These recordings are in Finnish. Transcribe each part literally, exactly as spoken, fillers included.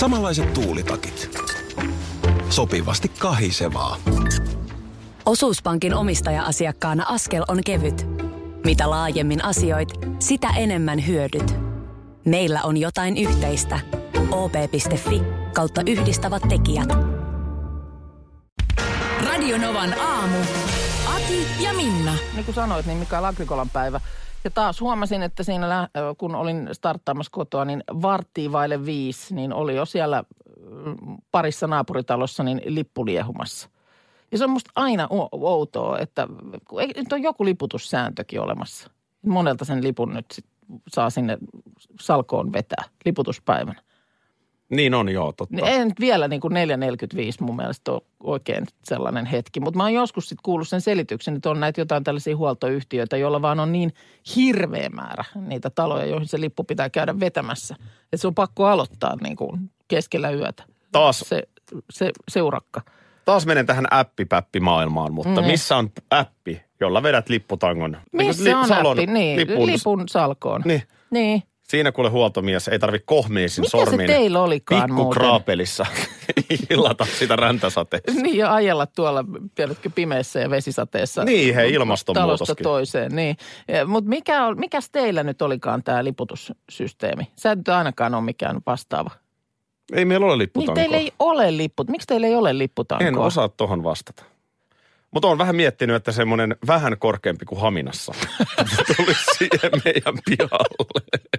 Samanlaiset tuulitakit. Sopivasti kahisevaa. Osuuspankin omistaja-asiakkaana askel on kevyt. Mitä laajemmin asioit, sitä enemmän hyödyt. Meillä on jotain yhteistä. o p piste f i kautta yhdistävät tekijät. Radionovan aamu. Ati ja Minna. Niin kuin sanoit, niin Mikael Agrikolan päivä. Ja taas huomasin, että siinä kun olin starttaamassa kotoa, niin varttiin vaille viisi, niin oli jo siellä parissa naapuritalossa niin lippu liehumassa. Ja se on musta aina outoa, että nyt on joku liputussääntökin olemassa. Monelta sen lipun nyt sit saa sinne salkoon vetää liputuspäivänä. Niin on, joo, totta. Niin ei nyt vielä niin kuin neljä neljäkymmentäviisi mun mielestä ole oikein sellainen hetki. Mutta mä oon joskus sitten kuullut sen selityksen, että on näitä jotain tällaisia huoltoyhtiöitä, joilla vaan on niin hirveä määrä niitä taloja, joihin se lippu pitää käydä vetämässä. Että se on pakko aloittaa niin kuin keskellä yötä. Taas. Se, se seurakka. Taas menen tähän appi-päppi-maailmaan, mutta mm. missä on appi, jolla vedät lipputangon? Missä niin on salon, appi? Niin, lipun, lipun salkoon. Niin. Niin. Siinä kuule huoltomies, ei tarvi kohmiisin mikä sormin. Mikä se teillä olikaan muuten? Pikkukraapelissa illata sitä räntäsateessa. Niin ja ajella tuolla, tiedätkö, pimeässä ja vesisateessa. Niin, hei, ilmastonmuutoskin. Talosta toiseen, niin. Mutta mikä on, mikäs teillä nyt olikaan tämä liputussysteemi? Sä et nyt ainakaan ole mikään vastaava. Ei meillä ole lipputankoa. Niin teillä ei ole lipput. Miksi teillä ei ole lipputankoa? En osaa tohon vastata. Mutta olen vähän miettinyt, että semmoinen vähän korkeampi kuin Haminassa tulisi siihen meidän pihalle.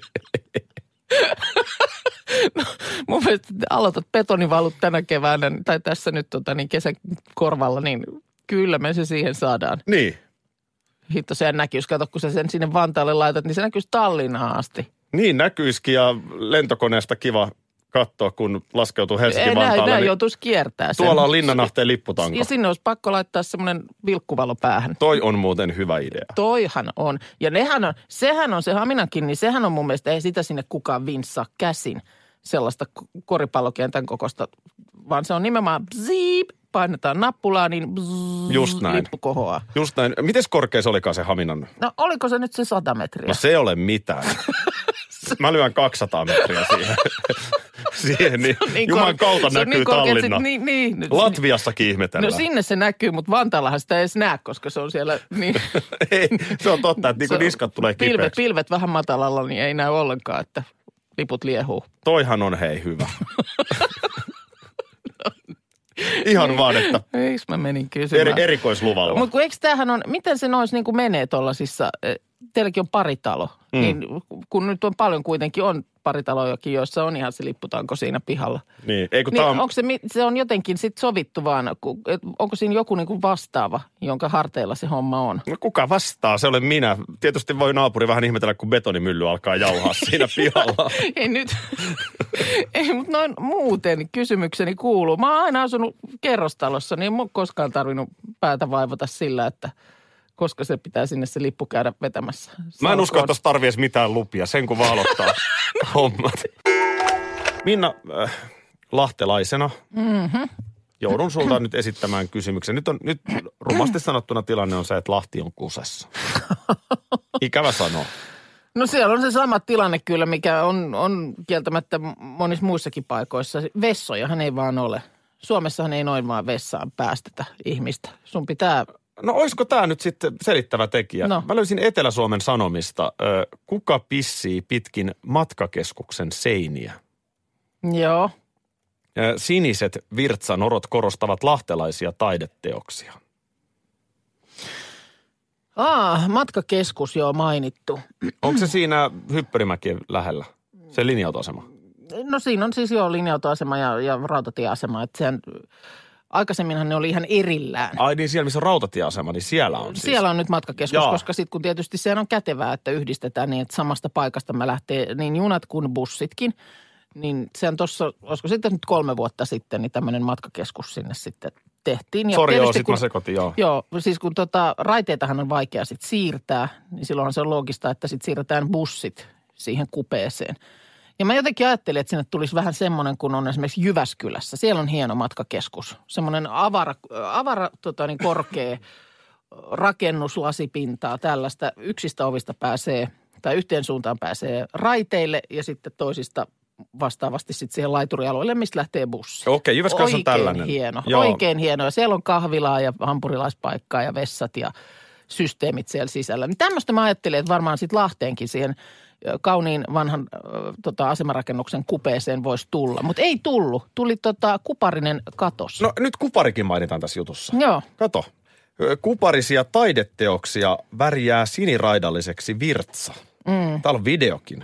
No, mun mielestä aloitat betonivalut tänä keväänä, tai tässä nyt tota, niin kesän korvalla, niin kyllä me se siihen saadaan. Niin. Hitto, se näkyisi. Kato, kun sä sen sinne Vantaalle laitat, niin se näkyisi Tallinnaan asti. Niin näkyisikin ja lentokoneesta kiva katsoa, kun laskeutuu Helsinki-Vantaalle. Ei, näin niin joutuisi kiertää sen. Tuolla on Linnanahteen lipputanko. Ja sinne olisi pakko laittaa semmoinen vilkkuvalo päähän. Toi on muuten hyvä idea. Toihan on. Ja nehän on, sehän on se Haminankin, niin sehän on mun mielestä, ei sitä sinne kukaan vinssaa käsin sellaista koripallokentän kokosta, vaan se on nimenomaan bziip, painetaan nappulaa, niin bzzz, just näin. Lippu kohoaa. Just näin. Mites korkea se olikaan se Haminan? No oliko se nyt se sata metriä? No se ei ole mitään. Mä lyön kaksisataa metriä siihen. siihen, niin, niin Juman kautta näkyy niin Tallinna. Niin, niin, Latviassakin ihmetellään. No sinne se näkyy, mutta Vantaallahan sitä ei edes näe, koska se on siellä niin. Ei, se on totta, että niinku niskat tulee pilvet, kipeäksi. Pilvet vähän matalalla, niin ei näy ollenkaan, että liput liehuu. Toihan on hei hyvä. Ihan vaan, että eiks mä menin kysymään. Eri, erikoisluvalla. Mutta kun eikö tämähän on, miten se nois niin kuin menee tuollaisissa, teilläkin on paritalo, mm. niin kun nyt on paljon kuitenkin on paritalojakin, joissa on ihan se lipputanko siinä pihalla. Niin, ei kun niin tää on... onko se, se on jotenkin sitten sovittu vaan, onko siinä joku niin kuin vastaava, jonka harteilla se homma on? No kuka vastaa? Se olen minä. Tietysti voi naapuri vähän ihmetellä, kun betonimylly alkaa jauhaa siinä pihalla. Ei nyt, ei, mutta noin muuten kysymykseni kuuluu. Mä oon aina asunut kerrostalossa, niin en ole koskaan tarvinnut päätä vaivata sillä, että koska se pitää sinne se lippu käydä vetämässä. Mä en usko, että tässä tarvii edes mitään lupia, sen kun vaan aloittaa hommat. Minna, äh, lahtelaisena mm-hmm. joudun sulta nyt esittämään kysymyksen. Nyt on, nyt rumasti sanottuna tilanne on se, että Lahti on kusessa. Ikävä sanoa. No siellä on se sama tilanne kyllä, mikä on, on kieltämättä monissa muissakin paikoissa. Vessojahan ei vaan ole. Suomessahan ei noin vaan vessaan päästetä ihmistä. Sun pitää... No olisiko tämä nyt sitten selittävä tekijä? No. Mä löysin Etelä-Suomen Sanomista, ö, kuka pissii pitkin matkakeskuksen seiniä? Joo. Ö, siniset virtsanorot korostavat lahtelaisia taideteoksia. Aa, matkakeskus joo mainittu. Onko se siinä Hyppörimäkien lähellä, se linja-autoasema? No siinä on siis joo linja-autoasema ja, ja rautatieasema, että sehän... Aikaisemminhan ne oli ihan erillään. Ai niin, siellä missä on rautatieasema, niin siellä on siis. Siellä on nyt matkakeskus, Jaa. koska sitten kun tietysti se on kätevää, että yhdistetään niin, että samasta paikasta me lähtee niin junat kuin bussitkin. Niin se on tuossa, olisiko sitten nyt kolme vuotta sitten, niin tämmöinen matkakeskus sinne sitten tehtiin. Sori joo, sitten mä sekoitin, joo. Joo, siis kun tota, raiteitahan on vaikea sitten siirtää, niin silloinhan se on loogista, että sitten siirretään bussit siihen kupeeseen. Ja mä jotenkin ajattelin, että sinne tulisi vähän semmoinen, kun on esimerkiksi Jyväskylässä. Siellä on hieno matkakeskus. Semmoinen avara, avara tota niin, korkea rakennuslasipintaa tällaista. Yksistä ovista pääsee, tai yhteen suuntaan pääsee raiteille ja sitten toisista vastaavasti sitten siihen laiturialueelle, mistä lähtee bussi. Okei, Jyväskylässä on tällainen. Oikein hieno, Joo. oikein hieno. Ja siellä on kahvilaa ja hampurilaispaikkaa ja vessat ja systeemit siellä sisällä. Niin tämmöistä mä ajattelin, että varmaan sitten Lahteenkin siihen kauniin vanhan äh, tota, asemarakennuksen kupeeseen voisi tulla. Mutta ei tullut. Tuli tota, kuparinen katos. No nyt kuparikin mainitaan tässä jutussa. Joo. Kato. Kuparisia taideteoksia värjää siniraidalliseksi virtsa. Mm. Täällä on videokin.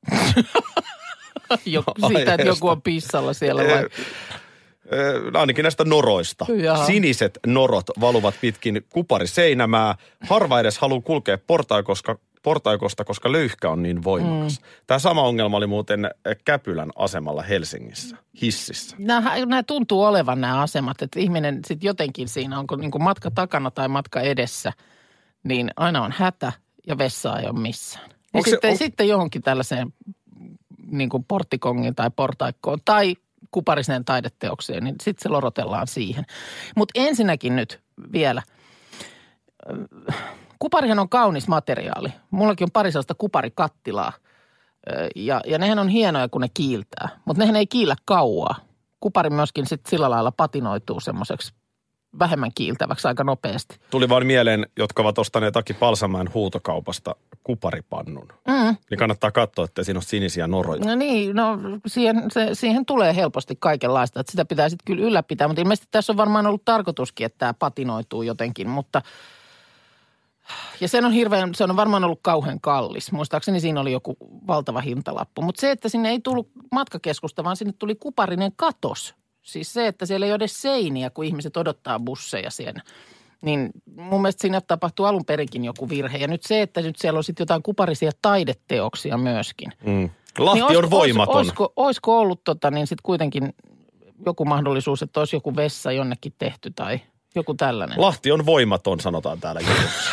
Joku, siitä, että joku on pissalla siellä vai? Ainakin näistä noroista. Jaha. Siniset norot valuvat pitkin kupariseinämää. Harva edes haluaa kulkea portaikosta, portaikosta, koska löyhkä on niin voimakas. Mm. Tämä sama ongelma oli muuten Käpylän asemalla Helsingissä, hississä. Nämä, nämä tuntuu olevan nämä asemat, että ihminen sitten jotenkin siinä, onko niin kuin matka takana tai matka edessä, niin aina on hätä ja vessaa ei ole missään. Ja se, sitten, on... sitten johonkin tällaiseen niin kuin porttikongin tai portaikkoon tai kupariseen taideteokseen, niin sitten se lorotellaan siihen. Mutta ensinnäkin nyt vielä. Kuparihan on kaunis materiaali. Mullakin on pari sellaista kuparikattilaa. Ja, ja nehän on hienoja, kun ne kiiltää. Mutta nehän ei kiillä kauaa. Kupari myöskin sitten sillä lailla patinoituu semmoiseksi vähemmän kiiltäväksi aika nopeasti. Tuli vaan mieleen, jotka ovat ostaneet Aki Palsamäen huutokaupasta kuparipannun. Mm. Niin kannattaa katsoa, että siinä on sinisiä noroja. No niin, no siihen, se, siihen tulee helposti kaikenlaista. Että sitä pitää sitten kyllä ylläpitää. Mutta ilmeisesti tässä on varmaan ollut tarkoituskin, että tämä patinoituu jotenkin. Mutta ja sen on hirveän, se on varmaan ollut kauhean kallis. Muistaakseni siinä oli joku valtava hintalappu. Mutta se, että sinne ei tullut matkakeskusta, vaan sinne tuli kuparinen katos. Siis se, että siellä ei ole edes seiniä, kun ihmiset odottaa busseja siellä. Niin mun mielestä siinä tapahtuu alun perinkin joku virhe. Ja nyt se, että nyt siellä on sitten jotain kuparisia taideteoksia myöskin. Mm. Lahti niin on voimaton. Olisiko, olisiko ollut tota, niin sitten kuitenkin joku mahdollisuus, että olisi joku vessa jonnekin tehty tai joku tällainen? Lahti on voimaton, sanotaan täällä.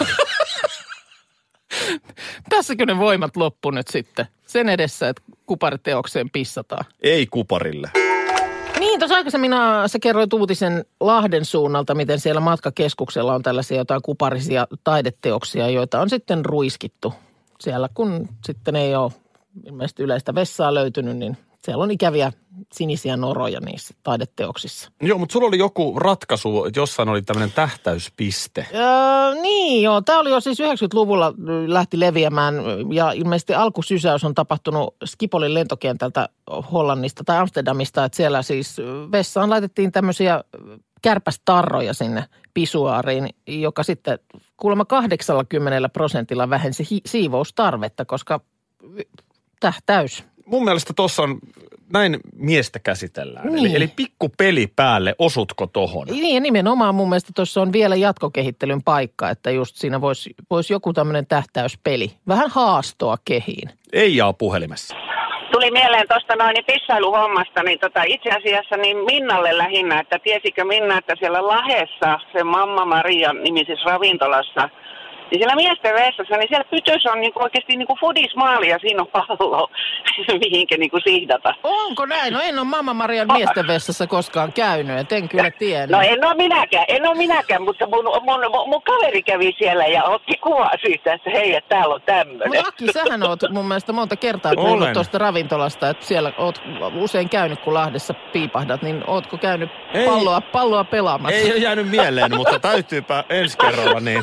Tässäkö ne voimat loppu nyt sitten? Sen edessä, että kupariteokseen pissataan. Ei kuparille. Niin, tuossa aikaisemmin sä kerroit uutisen Lahden suunnalta, miten siellä matkakeskuksella on tällaisia jotain kuparisia taideteoksia, joita on sitten ruiskittu. Siellä kun sitten ei ole ilmeisesti yleistä vessaa löytynyt, niin siellä on ikäviä sinisiä noroja niissä taideteoksissa. Joo, mutta sulla oli joku ratkaisu, että jossain oli tämmöinen tähtäyspiste. Öö, niin joo, tämä oli jo siis yhdeksänkymmentäluvulla lähti leviämään ja ilmeisesti alkusysäys on tapahtunut Schipholin lentokentältä Hollannista tai Amsterdamista, että siellä siis vessaan laitettiin tämmöisiä kärpästarroja sinne pisuaariin, joka sitten kuulemma kahdeksallakymmenellä prosentilla vähensi hi- siivoustarvetta, koska tähtäys. Mun mielestä tuossa on, näin miestä käsitellään. Niin. Eli, eli pikku peli päälle, osutko tohon? Niin ja nimenomaan mun mielestä tuossa on vielä jatkokehittelyn paikka, että just siinä voisi vois joku tämmöinen tähtäyspeli. Vähän haastoa kehiin. Eija on puhelimessa. Tuli mieleen tuosta noin pissailuhommasta, niin tota, itse asiassa niin Minnalle lähinnä, että tiesikö Minna, että siellä Lahdessa, se Mamma Maria nimisessä ravintolassa, niin siellä miesten vessassa, niin siellä pytössä on niinku oikeasti niinku fudismaali ja siinä on pallo, mihinkä niinku sihdata. Onko näin? No en ole Mamma Marian miesten vessassa koskaan käynyt, et en kyllä tiedä. No en ole minäkään, en ole minäkään, mutta mun, mun, mun, mun kaveri kävi siellä ja otti kuvaa siitä, että hei, että täällä on tämmöinen. Mutta Aki, sähän oot mun mielestä monta kertaa kuullut tuosta ravintolasta, että siellä oot usein käynyt, kun Lahdessa piipahdat, niin ootko käynyt palloa, palloa pelaamassa? Ei ole jäänyt mieleen, mutta täytyypä ensi kerralla niin.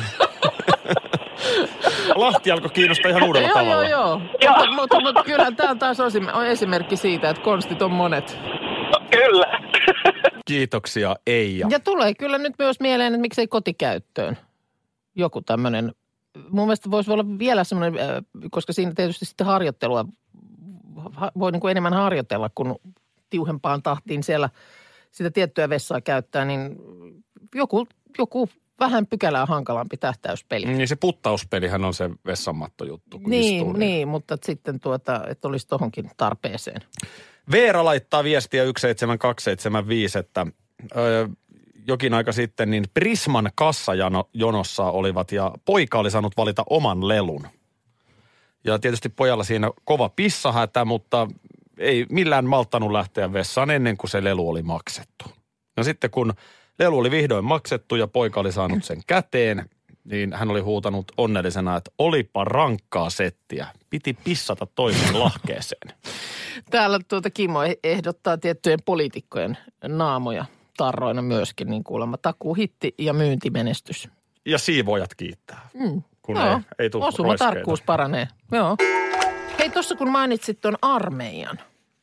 Lahti alkoi kiinnostaa ihan uudella joo, tavalla. Joo, joo, joo. Mutta, mutta, mutta kyllähän tämä on taas on esimerkki siitä, että konstit on monet. Kyllä. Kiitoksia, Eija. Ja tulee kyllä nyt myös mieleen, että miksei kotikäyttöön joku tämmöinen. Mun mielestä voisi olla vielä semmoinen, koska siinä tietysti sitten harjoittelua, voi niin kuin enemmän harjoitella, kun tiuhempaan tahtiin siellä sitä tiettyä vessaa käyttää, niin joku, joku vähän pykälää hankalampi tähtäyspeli. Niin se puttauspelihän on se vessanmattojuttu. Kun niin, niin, mutta sitten tuota, että olisi tohonkin tarpeeseen. Veera laittaa viestiä yksi seitsemän kaksi seitsemän viisi, että ö, jokin aika sitten niin Prisman kassajonossa olivat ja poika oli saanut valita oman lelun. Ja tietysti pojalla siinä kova pissahätä, mutta ei millään malttanut lähteä vessaan ennen kuin se lelu oli maksettu. No sitten kun lelu oli vihdoin maksettu ja poika oli saanut sen käteen, niin hän oli huutanut onnellisena, että olipa rankkaa settiä. Piti pissata toisen lahkeeseen. Täällä tuota Kimmo ehdottaa tiettyjen poliitikkojen naamoja tarroina myöskin, niin kuulemma takuuhitti ja myyntimenestys. Ja siivoojat kiittää, mm. kun Joo. ei, ei tule osuma roiskeita. tarkkuus paranee. Joo. Hei, tuossa kun mainitsit tuon armeijan,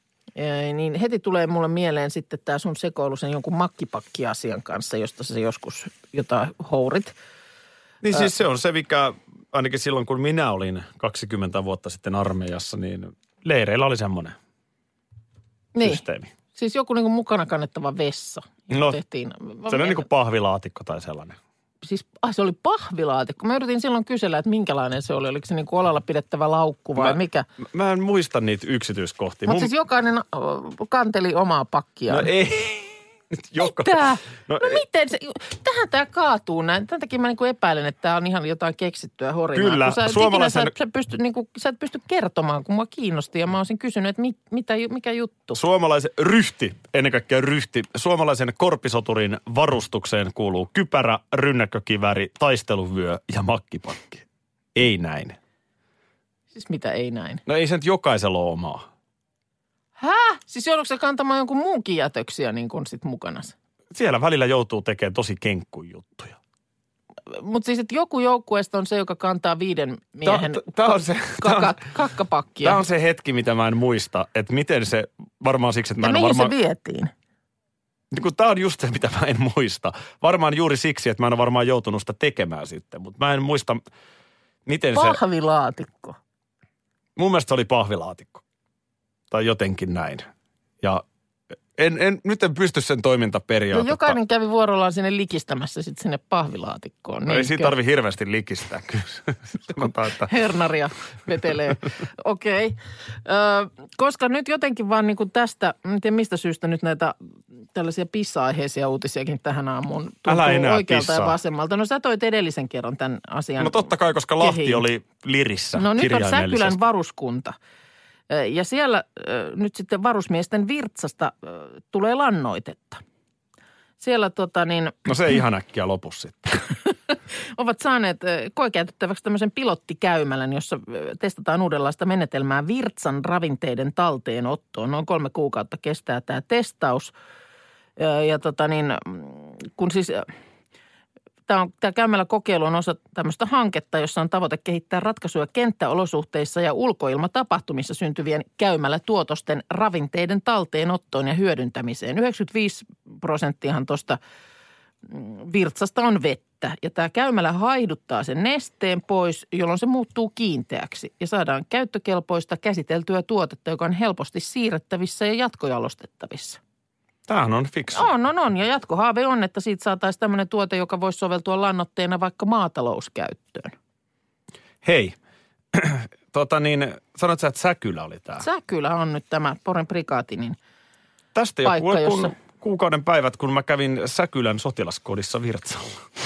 niin heti tulee mulle mieleen sitten tämä sun sekoilu sen jonkun makkipakki-asian kanssa, josta sä joskus jotain hourit. Niin siis se on se, mikä ainakin silloin, kun minä olin kaksikymmentä vuotta sitten armeijassa, niin leireillä oli semmoinen niin. systeemi. Siis joku niin kuin mukana kannettava vessa. No, tehtiin. se on niin kuin pahvilaatikko tai sellainen. Siis ah, se oli pahvilaatikko. Mä yritin silloin kysellä, että minkälainen se oli. Oliko se niin kuin olalla pidettävä laukku vai mä, mikä? Mä en muista niitä yksityiskohtia. Mutta Mun... siis jokainen kanteli omaa pakkiaan. No ei. Joka... Mitä? No, no miten se, tähän tämä kaatuu näin. Tämän takia mä niinku epäilen, että tämä on ihan jotain keksittyä horinaa. Kyllä, sä, suomalaisen... Sä, sä, pysty, niinku, sä et pysty kertomaan, kun mua kiinnosti ja mä olisin kysynyt, että mit, mitä, mikä juttu. Suomalaisen ryhti, ennen kaikkea ryhti, suomalaisen korpisoturin varustukseen kuuluu kypärä, rynnäkkökiväri, taisteluvyö ja makkipakki. Ei näin. Siis mitä ei näin? No ei se nyt jokaisella ole omaa. Häh? Siis joudutko sä kantamaan jonkun muunkin jätöksiä niin kuin sit mukana? Siellä välillä joutuu tekemään tosi kenkkuja juttuja. Mutta siis, että joku joukkueesta on se, joka kantaa viiden miehen Tämä on se, kaka, kakkapakkia. Tämä on se hetki, mitä mä en muista, että miten se, varmaan siksi, että mä ja en mihin varmaan... se vietiin? Tämä on just se, mitä mä en muista. Varmaan juuri siksi, että mä en ole varmaan joutunut sitä tekemään sitten, mutta mä en muista, miten se... Pahvilaatikko. Mun mielestä se oli pahvilaatikko. Tai jotenkin näin. Ja en, en, nyt en pysty sen toimintaperiaatetta. Ja jokainen kävi vuorollaan sinne likistämässä sitten sinne pahvilaatikkoon. No ei siinä tarvi hirveästi likistää kyllä. että... Hernaria vetelee. Okei. Okay. Koska nyt jotenkin vaan niin kuin tästä, en tiedä mistä syystä nyt näitä tällaisia pissa-aiheisia uutisiakin tähän aamuun tuntuu oikealta pissaa. Ja vasemmalta. No sä toit edellisen kerran tämän asian. No totta kai, koska Lahti kehiin. Oli lirissä No nyt on Säkylän varuskunta. Ja siellä nyt sitten varusmiesten virtsasta tulee lannoitetta. Siellä tota niin... No se ei ihan äkkiä lopu sitten. ovat saaneet koekäytettäväksi tämmöisen pilottikäymälän, jossa testataan uudenlaista menetelmää virtsan ravinteiden talteenottoon. Noin kolme kuukautta kestää tämä testaus. Ja, ja tota niin, kun siis... Tämä, on, tämä käymällä kokeilu on osa tämmöistä hanketta, jossa on tavoite kehittää ratkaisuja kenttäolosuhteissa ja ulkoilmatapahtumissa syntyvien käymälätuotosten ravinteiden talteenottoon ja hyödyntämiseen. yhdeksänkymmentäviisi prosenttiahan tuosta virtsasta on vettä ja tämä käymälä haiduttaa sen nesteen pois, jolloin se muuttuu kiinteäksi ja saadaan käyttökelpoista käsiteltyä tuotetta, joka on helposti siirrettävissä ja jatkojalostettavissa. Tämähän on fiksu. On, on, on. Ja jatkohaave on, että siitä saataisiin tämmöinen tuote, joka voisi soveltua lannoitteena vaikka maatalouskäyttöön. Hei, tota niin, sanot sä, että Säkylä oli tämä? Säkylä on nyt tämä Poren prikaatinin tästä paikka, joku jossa... kuukauden päivät, kun mä kävin Säkylän sotilaskodissa Virtsalla.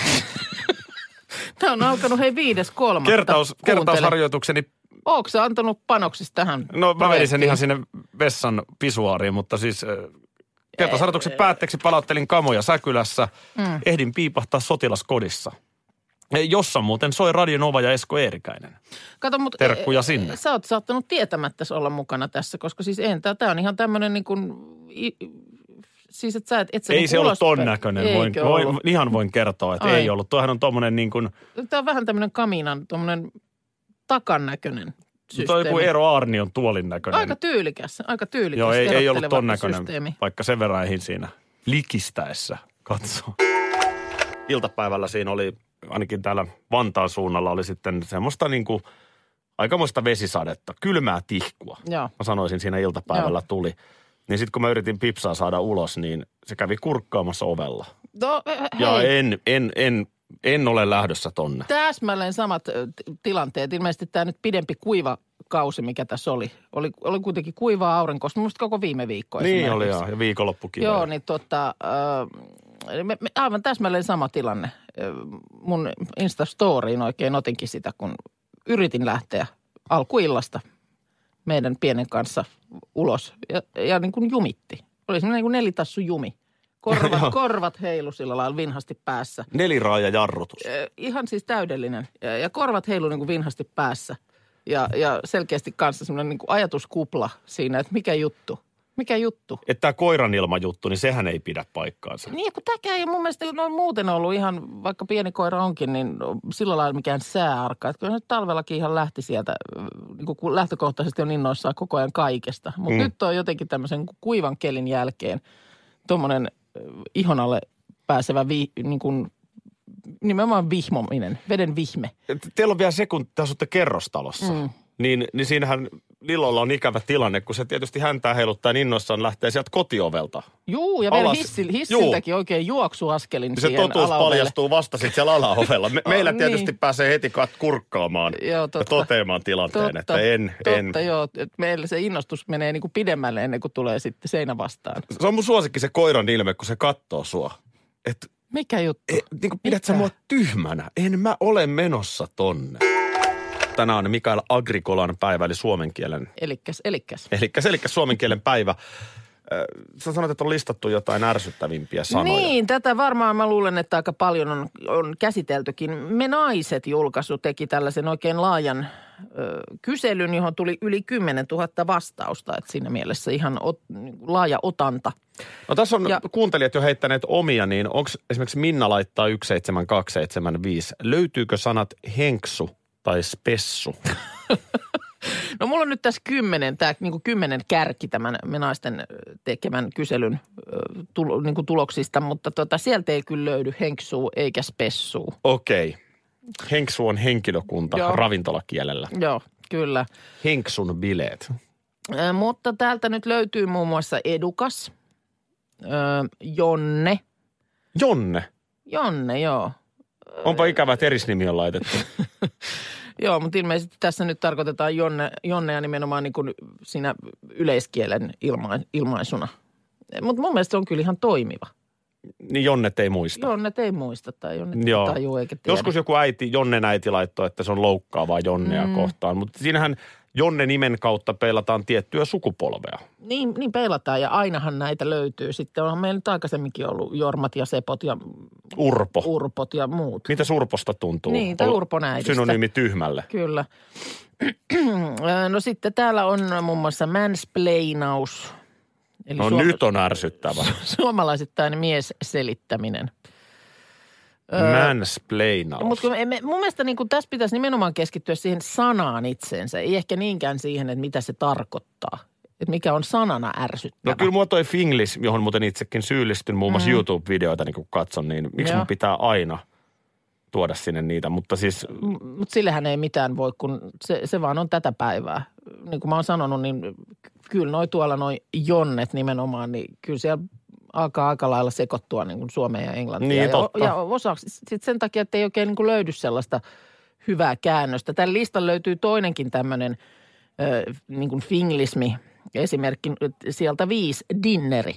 Tämä on alkanut hei viides kolmatta. Kertaus, kertausharjoitukseni. Ootko sä antanut panoksista tähän? No mä vedin sen ihan sinne vessan pisuaariin, mutta siis... Kertausharjoituksen päätteeksi palauttelin kamoja Säkylässä. Mm. Ehdin piipahtaa sotilaskodissa, jossa muuten soi Radio Nova ja Esko Eerikäinen. Kato, mutta terkkuja sinne. Sä oot saattanut tietämättä olla mukana tässä, koska siis en, tämä on ihan tämmöinen niin kuin, siis että sä et, et sä ei niin se ollut ton näköinen, voin, voin, ihan voin kertoa, että Ai. ei ollut. Tuohan on tommonen niin kuin... Tämä on vähän tämmöinen kaminan, tommoinen takan näköinen. Systeemi. Tuo joku Eero Aarnion tuolin näköinen. Aika tyylikäs, aika tyylikäs. Joo, ei, ei ollut ton näköinen, systeemi. Vaikka sen verran eihin siinä likistäessä katsoo. Iltapäivällä siinä oli, ainakin täällä Vantaan suunnalla oli sitten semmoista niin kuin aikamoista vesisadetta, kylmää tihkua. Joo. Mä sanoisin siinä iltapäivällä Joo. tuli. Niin sitten kun mä yritin pipsaa saada ulos, niin se kävi kurkkaamassa ovella. No, hei. Ja en, en, en, en ole lähdössä tonne. Täsmälleen samat tilanteet. Ilmeisesti tämä nyt pidempi kuiva kausi, mikä tässä oli. Oli, oli kuitenkin kuivaa aurinkoista, musta koko viime viikko. Niin oli joo, ja viikonloppukin. Joo, niin tota, äh, me, me, aivan täsmälleen sama tilanne. Mun Instastoriin oikein otinkin sitä, kun yritin lähteä alkuillasta meidän pienen kanssa ulos ja, ja niin kuin jumitti. Oli semmoinen niin kuin nelitassu jumi Korvat, korvat heilu sillä lailla vinhasti päässä. Neliraajajarrutus. Eh, ihan siis täydellinen. Ja, ja korvat heilu niin kuin vinhasti päässä. Ja, ja selkeästi kanssa semmoinen niin kuin ajatuskupla siinä, että mikä juttu. Mikä juttu? Että tämä koiran ilmajuttu, niin sehän ei pidä paikkaansa. Niin, kun tämäkään ei mun mielestä no, muuten ollut ihan, vaikka pieni koira onkin, niin sillä lailla mikään sääarka. Että kyllä nyt talvellakin ihan lähti sieltä, niin kun lähtökohtaisesti on innoissaan koko ajan kaikesta. Mutta mm. nyt on jotenkin tämmöisen kuivan kelin jälkeen tuommoinen ihon alle pääsevä vi, niin kuin, nimenomaan vihmominen, veden vihme. Teillä on vielä se, kun te asutte kerrostalossa, mm. niin, niin siinähän Lilolla on ikävä tilanne, kun se tietysti häntää heiluttaa innoissaan lähtee sieltä kotiovelta. Juu, ja vielä hissil, hissiltäkin Juu. oikein juoksuaskelin se siihen totuus alaovelle. Paljastuu vasta sitten siellä alaovella. Me, meillä oh, tietysti niin. pääsee heti kat- kurkkaamaan joo, ja toteamaan tilanteen, totta, että en, totta, en. Totta, joo. Että meillä se innostus menee niin kuin pidemmälle ennen kuin tulee sitten seinä vastaan. Se on mun suosikki se koiran ilme, kun se katsoo sua. Et, Mikä juttu? e, niin kuin pidät sä mua tyhmänä? En mä ole menossa tonne. Tänään on Mikael Agricolan päivä, eli suomen kielen. Elikkäs, elikkäs. Elikkäs, elikkäs suomen kielen päivä. Sä sanoit, että on listattu jotain ärsyttävimpiä sanoja. Niin, tätä varmaan mä luulen, että aika paljon on, on käsiteltykin. Me naiset julkaisu teki tällaisen oikein laajan ö, kyselyn, johon tuli yli kymmenen tuhatta vastausta. Että siinä mielessä ihan ot, laaja otanta. No tässä on ja, kuuntelijat jo heittäneet omia, niin onko esimerkiksi Minna laittaa yksi seitsemän kaksi seitsemän viisi. Löytyykö sanat henksu tai spessu? No mulla on nyt tässä kymmenen, tämä niin kuin kymmenen kärki tämän me naisten tekemän kyselyn tul, niin kuin tuloksista, mutta tota, sieltä ei kyllä löydy henksuu eikä spessuu. Okei. Henksu on henkilökunta Joo. ravintolakielellä. Joo, kyllä. Henksun bileet. Äh, mutta täältä nyt löytyy muun muassa edukas, äh, Jonne. Jonne? Jonne, joo. Onpa ikävä, että erisnimi on laitettu. Joo, mutta ilmeisesti tässä nyt tarkoitetaan Jonne, Jonnea nimenomaan niin kuin siinä yleiskielen ilma, ilmaisuna. Mutta mun mielestä se on kyllä ihan toimiva. Niin Jonnet ei muista. Jonnet ei muista tai Jonnet Joo. ei tajua eikä tiedä. Joskus joku äiti, Jonnen äiti laittoi, että se on loukkaavaa Jonnea mm. kohtaan. Mutta siinähän Jonne-nimen kautta peilataan tiettyä sukupolvea. Niin, niin peilataan ja ainahan näitä löytyy. Sitten onhan meillä nyt aikaisemminkin ollut Jormat ja Sepot ja Urpo. Urpot ja muut. Mitä Urposta tuntuu? Niin, tai Urpon äidistä. Synonyymi tyhmälle. Kyllä. No sitten täällä on muun muassa mansplainaus. Eli no suom- nyt on ärsyttävä. Suomalaisittain miesselittäminen. Mansplainaus. No, mutta me, mun mielestä niin kuin tässä pitäisi nimenomaan keskittyä siihen sanaan itseensä. Ei ehkä niinkään siihen, että mitä se tarkoittaa. Että mikä on sanana ärsyttävä. No kyllä mua toi Finglis, johon muuten itsekin syyllistyn, muun muassa mm. YouTube-videoita niin kun katson, niin miksi Joo. mun pitää aina tuoda sinne niitä, mutta siis... M- mutta sillehän ei mitään voi, kun se, se vaan on tätä päivää. Niin kuin mä oon sanonut, niin kyllä noi tuolla noi jonnet nimenomaan, niin kyllä siellä alkaa aika lailla sekoittua niin kuin suomea ja englantia. Niin, totta. Ja, ja osaksi sitten sen takia, että ei oikein niin kuin löydy sellaista hyvää käännöstä. Tällä listalla löytyy toinenkin tämmöinen ö, niin kuin finglismi, esimerkki sieltä viisi, dinneri.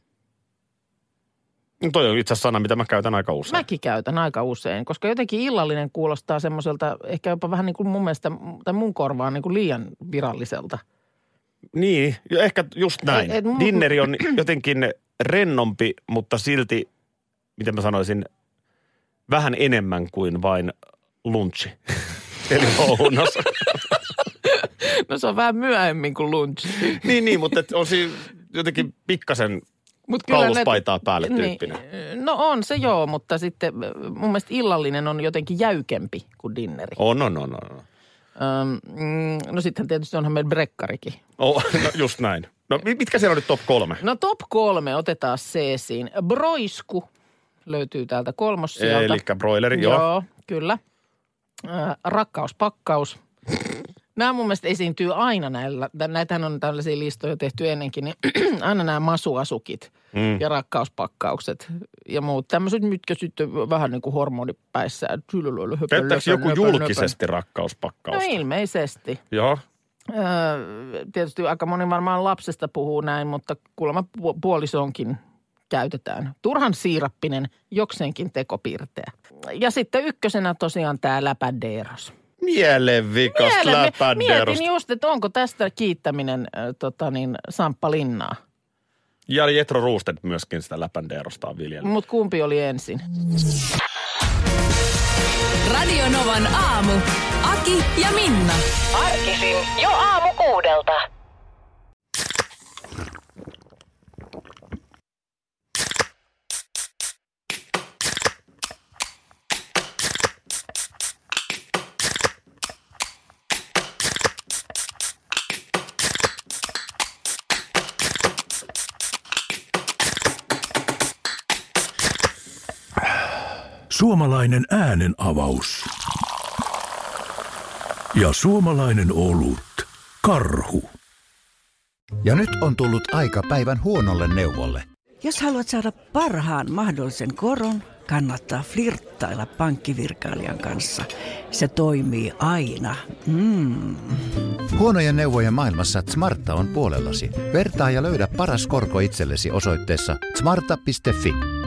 No toi on itse asiassa sana, mitä mä käytän aika usein. Mäkin käytän aika usein, koska jotenkin illallinen kuulostaa semmoiselta, ehkä jopa vähän niin kuin mun mielestä, tai mun korvaan niin kuin liian viralliselta. Niin, ja ehkä just näin. Et, et mun... Dinneri on jotenkin rennompi, mutta silti, miten mä sanoisin, vähän enemmän kuin vain lunchi. Eli lounas. No se on vähän myöhemmin kuin lunch. niin, niin, mutta on siinä jotenkin pikkasen kauluspaitaa päälle tyyppinen. Niin, no on se joo, mutta sitten mun mielestä illallinen on jotenkin jäykempi kuin dinneri. On, on, on, on. Öm, no sitten tietysti onhan meillä brekkarikin. Oh, no just näin. No mitkä siellä on nyt top kolme? No top kolme, otetaan se esiin. Broisku löytyy täältä kolmossijalta. Elikkä broileri, joo. Joo, kyllä. Äh, rakkauspakkaus. Nämä mun mielestä esiintyy aina näillä, näitähän on tällaisia listoja tehty ennenkin, niin aina nämä masuasukit mm. ja rakkauspakkaukset ja muut. Tämmöiset, mitkä sitten vähän niin kuin hormonipäissä. Käyttääkö joku julkisesti rakkauspakkausta? No ilmeisesti. Joo. Öö, tietysti aika moni varmaan lapsesta puhuu näin, mutta kuulemma puolisonkin käytetään. Turhan siirappinen, jokseenkin tekopiirteä. Ja sitten ykkösenä tosiaan tämä läpädeeros. Mielenvikas läpädeeros. Mietin just, että onko tästä kiittäminen äh, tota niin, Samppa Linnaa. Ja Jetro Roosted myöskin sitä läpändeerostaan viljellyt. Mut kumpi oli ensin? Radio Novan aamu. Aki ja Minna. Arkisin jo aamu kuudelta. Suomalainen äänen avaus. Ja suomalainen olut. Karhu. Ja nyt on tullut aika päivän huonolle neuvolle. Jos haluat saada parhaan mahdollisen koron, kannattaa flirttailla pankkivirkailijan kanssa. Se toimii aina. Mm. Huonojen neuvojen maailmassa Smarta on puolellasi. Vertaa ja löydä paras korko itsellesi osoitteessa smarta piste fi.